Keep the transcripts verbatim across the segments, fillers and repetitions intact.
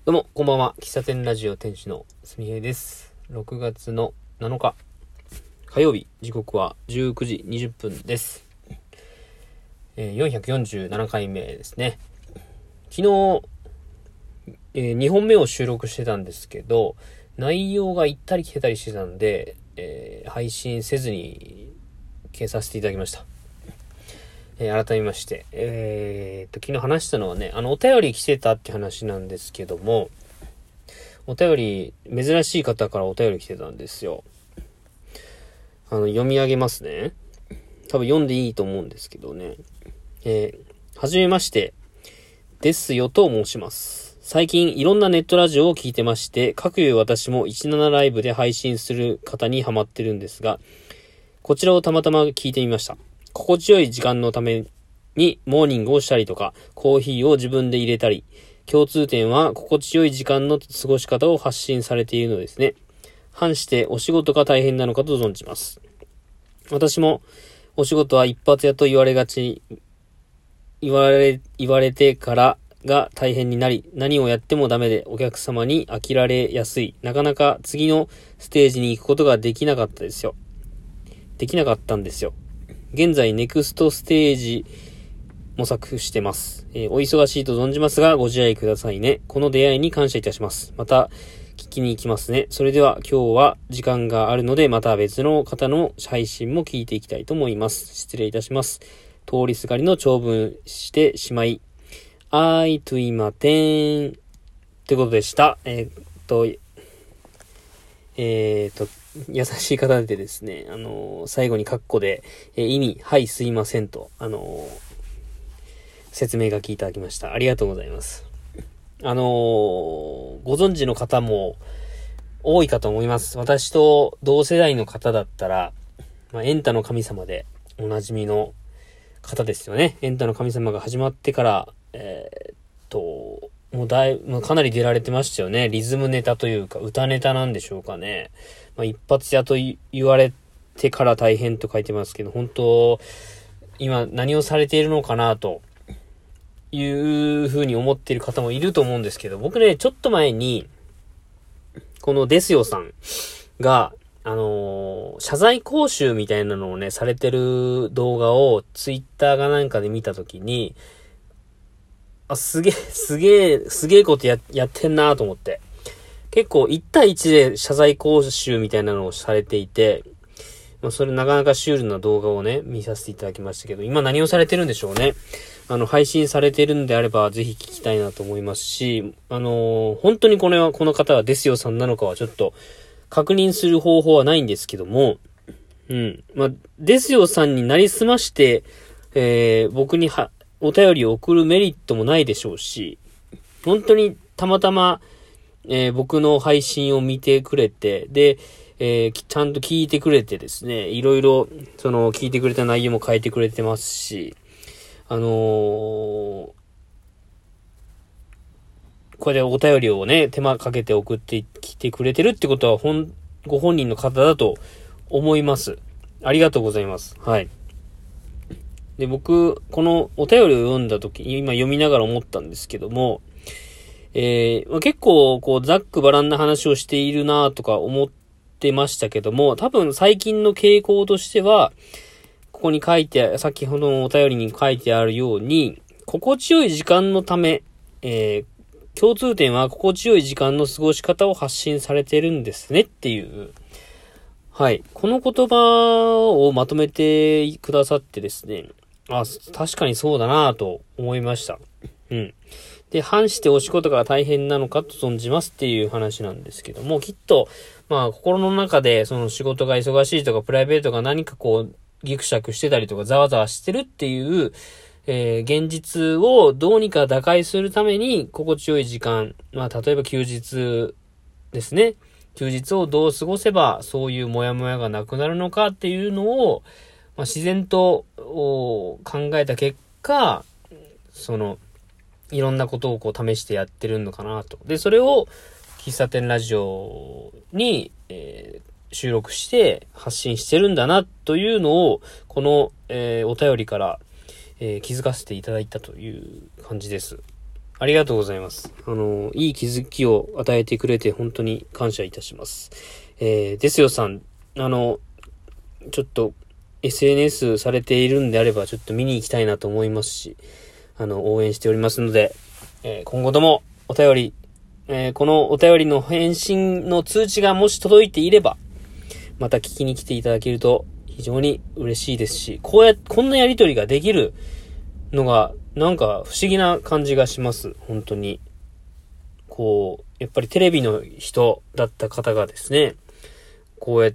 どうも、こんばんは。喫茶店ラジオ店主のすみへいです。ろくがつのなのか、火曜日、時刻はじゅうくじにじゅっぷんです。えー、よんひゃくよんじゅうななかいめですね。昨日、えー、にほんめを収録してたんですけど、内容が行ったり来てたりしてたんで、えー、配信せずに消させていただきました。えー、改めまして、えー、と、昨日話したのはね、あの、お便り来てたって話なんですけども、お便り、珍しい方からお便り来てたんですよ。あの、読み上げますね。多分読んでいいと思うんですけどね。えー、はじめまして、ですよと申します。最近いろんなネットラジオを聞いてまして、各有私もじゅうななライブで配信する方にハマってるんですが、こちらをたまたま聞いてみました。心地よい時間のためにモーニングをしたりとか、コーヒーを自分で入れたり、共通点は心地よい時間の過ごし方を発信されているのですね。反してお仕事が大変なのかと存じます。私もお仕事は一発屋と言われがち、言われ、言われてからが大変になり、何をやってもダメでお客様に飽きられやすい。なかなか次のステージに行くことができなかったですよ。できなかったんですよ。現在ネクストステージ模索してます、えー、お忙しいと存じますがご自愛くださいね。この出会いに感謝いたします。また聞きに行きますね。それでは今日は時間があるのでまた別の方の配信も聞いていきたいと思います。失礼いたします。通りすがりの長文してしまいあいといまてんってことでした。えー、っとえー、っと優しい方でですね、あのー、最後にカッコで、えー、意味、はい、すいませんと、あのー、説明が聞いていただきました。ありがとうございます。あのー、ご存知の方も多いかと思います。私と同世代の方だったら、まあ、エンタの神様でおなじみの方ですよね。エンタの神様が始まってから、えー、っと、もうだい、もうかなり出られてましたよね。リズムネタというか、歌ネタなんでしょうかね。まあ、一発屋と言われてから大変と書いてますけど、本当、今何をされているのかなというふうに思っている方もいると思うんですけど、僕ね、ちょっと前に、このですよさんが、あのー、謝罪講習みたいなのをね、されてる動画をツイッターがなんかで見たときに、あ、すげえ、すげえ、すげえことや、やってんなと思って。結構いち対いちで謝罪講習みたいなのをされていて、まあ、それなかなかシュールな動画をね、見させていただきましたけど、今何をされてるんでしょうね。あの、配信されてるんであれば、ぜひ聞きたいなと思いますし、あのー、本当にこれは、この方はですよさんなのかはちょっと、確認する方法はないんですけども、うん。まあ、ですよさんになりすまして、えー、僕には、お便りを送るメリットもないでしょうし、本当にたまたま、えー、僕の配信を見てくれて、で、えー、ちゃんと聞いてくれてですね、いろいろ、その、聞いてくれた内容も変えてくれてますし、あのー、これでお便りをね、手間かけて送ってきてくれてるってことは、ほん、ご本人の方だと思います。ありがとうございます。はい。で、僕、このお便りを読んだとき、今読みながら思ったんですけども、えー、結構、こう、ざっくばらんな話をしているなとか思ってましたけども、多分最近の傾向としては、ここに書いて、先ほどのお便りに書いてあるように、心地よい時間のため、えー、共通点は心地よい時間の過ごし方を発信されてるんですねっていう、はい。この言葉をまとめてくださってですね、あ、確かにそうだなぁと思いました。うん。で、反してお仕事が大変なのかと存じますっていう話なんですけども、きっと、まあ、心の中で、その仕事が忙しいとか、プライベートが何かこう、ギクシャクしてたりとか、ざわざわしてるっていう、えー、現実をどうにか打開するために、心地よい時間、まあ、例えば休日ですね。休日をどう過ごせば、そういうモヤモヤがなくなるのかっていうのを、まあ、自然と考えた結果、その、いろんなことをこう試してやってるのかなと。で、それを喫茶店ラジオに、えー、収録して発信してるんだなというのを、この、えー、お便りから、えー、気づかせていただいたという感じです。 ありがとうございます。あの、いい気づきを与えてくれて本当に感謝いたします。えー、ですよさん、あの、ちょっと エスエヌエス されているんであれば、ちょっと見に行きたいなと思いますし、あの、応援しておりますので、えー、今後ともお便り、えー、このお便りの返信の通知がもし届いていれば、また聞きに来ていただけると非常に嬉しいですし、こうや、こんなやりとりができるのが、なんか不思議な感じがします。本当に。こう、やっぱりテレビの人だった方がですね、こうやって、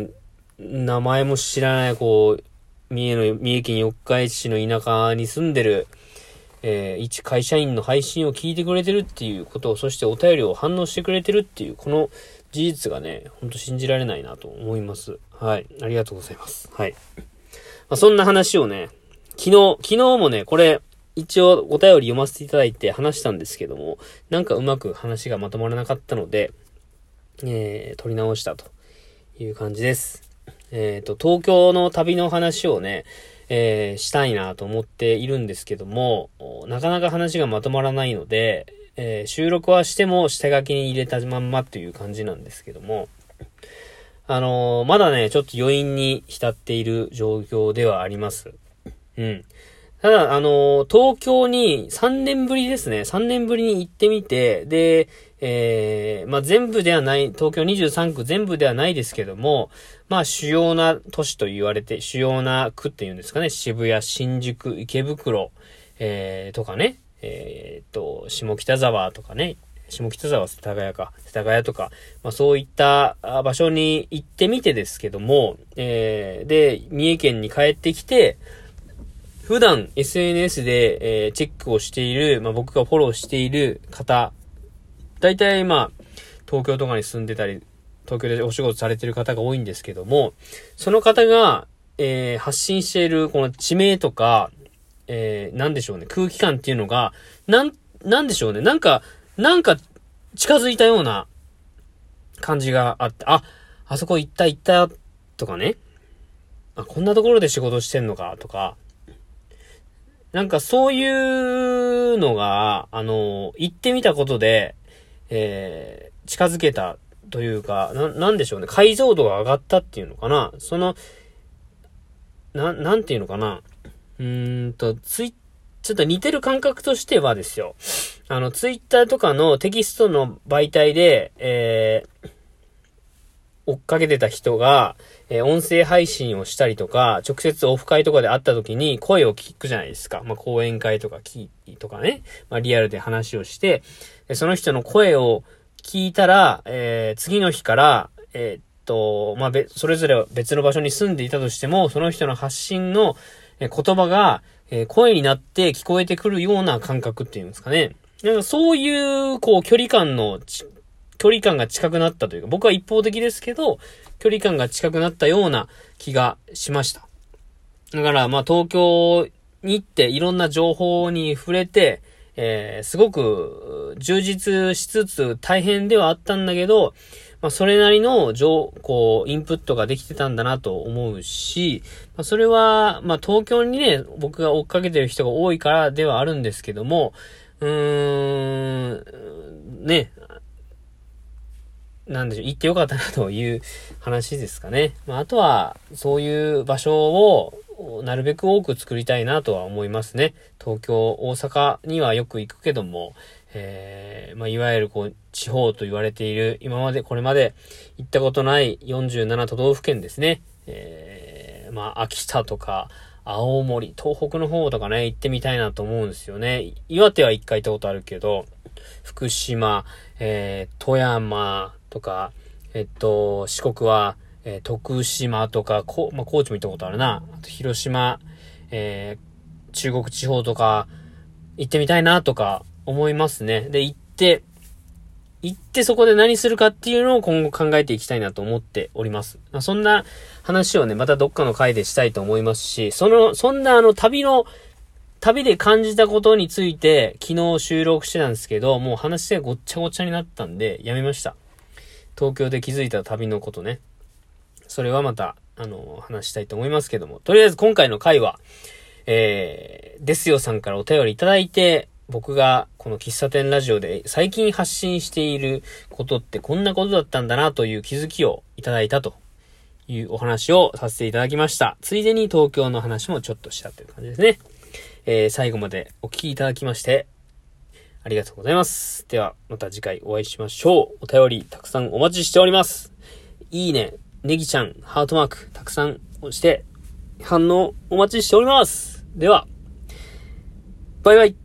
名前も知らない、こう、三重の、三重県四日市市の田舎に住んでる、えー、一会社員の配信を聞いてくれてるっていうことを、そしてお便りを反応してくれてるっていう、この事実がね、ほんと信じられないなと思います。はい。ありがとうございます。はい。まあ、そんな話をね、昨日、昨日もね、これ、一応お便り読ませていただいて話したんですけども、なんかうまく話がまとまらなかったので、えー、撮り直したという感じです。えっと、東京の旅の話をね、えー、したいなと思っているんですけども、なかなか話がまとまらないので、えー、収録はしても下書きに入れたまんまという感じなんですけども、あのー、まだね、ちょっと余韻に浸っている状況ではあります。うん。ただ、あのー、東京にさんねんぶりですね。さんねんぶりに行ってみて、で、えー、まあ、全部ではない、東京にじゅうさんく全部ではないですけども、まあ、主要な都市と言われて、主要な区っていうんですかね、渋谷、新宿、池袋、えー、とかね、えー、っと、下北沢とかね、下北沢、世田谷か、世田谷とか、まあ、そういった場所に行ってみてですけども、えー、で、三重県に帰ってきて、普段 エスエヌエス で、えー、チェックをしている、まあ、僕がフォローしている方、大体まあ、東京とかに住んでたり、東京でお仕事されている方が多いんですけども、その方が、えー、発信しているこの地名とか、えー、なんでしょうね、空気感っていうのが、なん、なんでしょうね、なんか、なんか近づいたような感じがあって、あ、あそこ行った行ったとかね、あ、こんなところで仕事してんのかとか、なんかそういうのが、あの、行ってみたことで、えー、近づけたというか、な、なんでしょうね。解像度が上がったっていうのかな。その、な、なんていうのかな。うーんと、ツイちょっと似てる感覚としてはですよ。あの、ツイッターとかのテキストの媒体で、えー、追っかけてた人が、えー、音声配信をしたりとか、直接オフ会とかで会った時に声を聞くじゃないですか。まあ、講演会とか聞いとかね。まあ、リアルで話をして、その人の声を聞いたら、えー、次の日から、えー、っと、まあ、べ、それぞれ別の場所に住んでいたとしても、その人の発信の言葉が、えー、声になって聞こえてくるような感覚っていうんですかね。なんかそういう、こう、距離感のち、距離感が近くなったというか、僕は一方的ですけど、距離感が近くなったような気がしました。だから、まあ、東京に行っていろんな情報に触れて、えー、すごく充実しつつ大変ではあったんだけど、まあ、それなりの情、こう、インプットができてたんだなと思うし、まあ、それは、まあ、東京にね、僕が追っかけてる人が多いからではあるんですけども、うーん、ね、なんでしょう、行ってよかったなという話ですかね。まあ、あとは、そういう場所を、なるべく多く作りたいなとは思いますね。東京、大阪にはよく行くけども、えー、まあ、いわゆるこう、地方と言われている、今まで、これまで行ったことないよんじゅうなな都道府県ですね。えー、まあ、秋田とか、青森、東北の方とかね、行ってみたいなと思うんですよね。岩手は一回行ったことあるけど、福島、えー、富山とか、えっと、四国は、えー、徳島とか、こまあ、高知も行ったことあるな。あと広島、えー、中国地方とか、行ってみたいなとか思いますね。で、行って、行ってそこで何するかっていうのを今後考えていきたいなと思っております。まあ、そんな話をね、またどっかの回でしたいと思いますし、その、そんなあの旅の、旅で感じたことについて昨日収録してたんですけど、もう話がごっちゃごちゃになったんでやめました。東京で気づいた旅のことね。それはまた、あの、話したいと思いますけども。とりあえず今回の回は、えー、ですよさんからお便りいただいて、 僕がこの喫茶店ラジオで最近発信していることってこんなことだったんだなという気づきをいただいたというお話をさせていただきました。ついでに東京の話もちょっとしたという感じですね。えー、最後までお聞きいただきましてありがとうございます。ではまた次回お会いしましょう。お便りたくさんお待ちしております。いいね、ネギちゃん、ハートマークたくさん押して反応お待ちしております。ではバイバイ。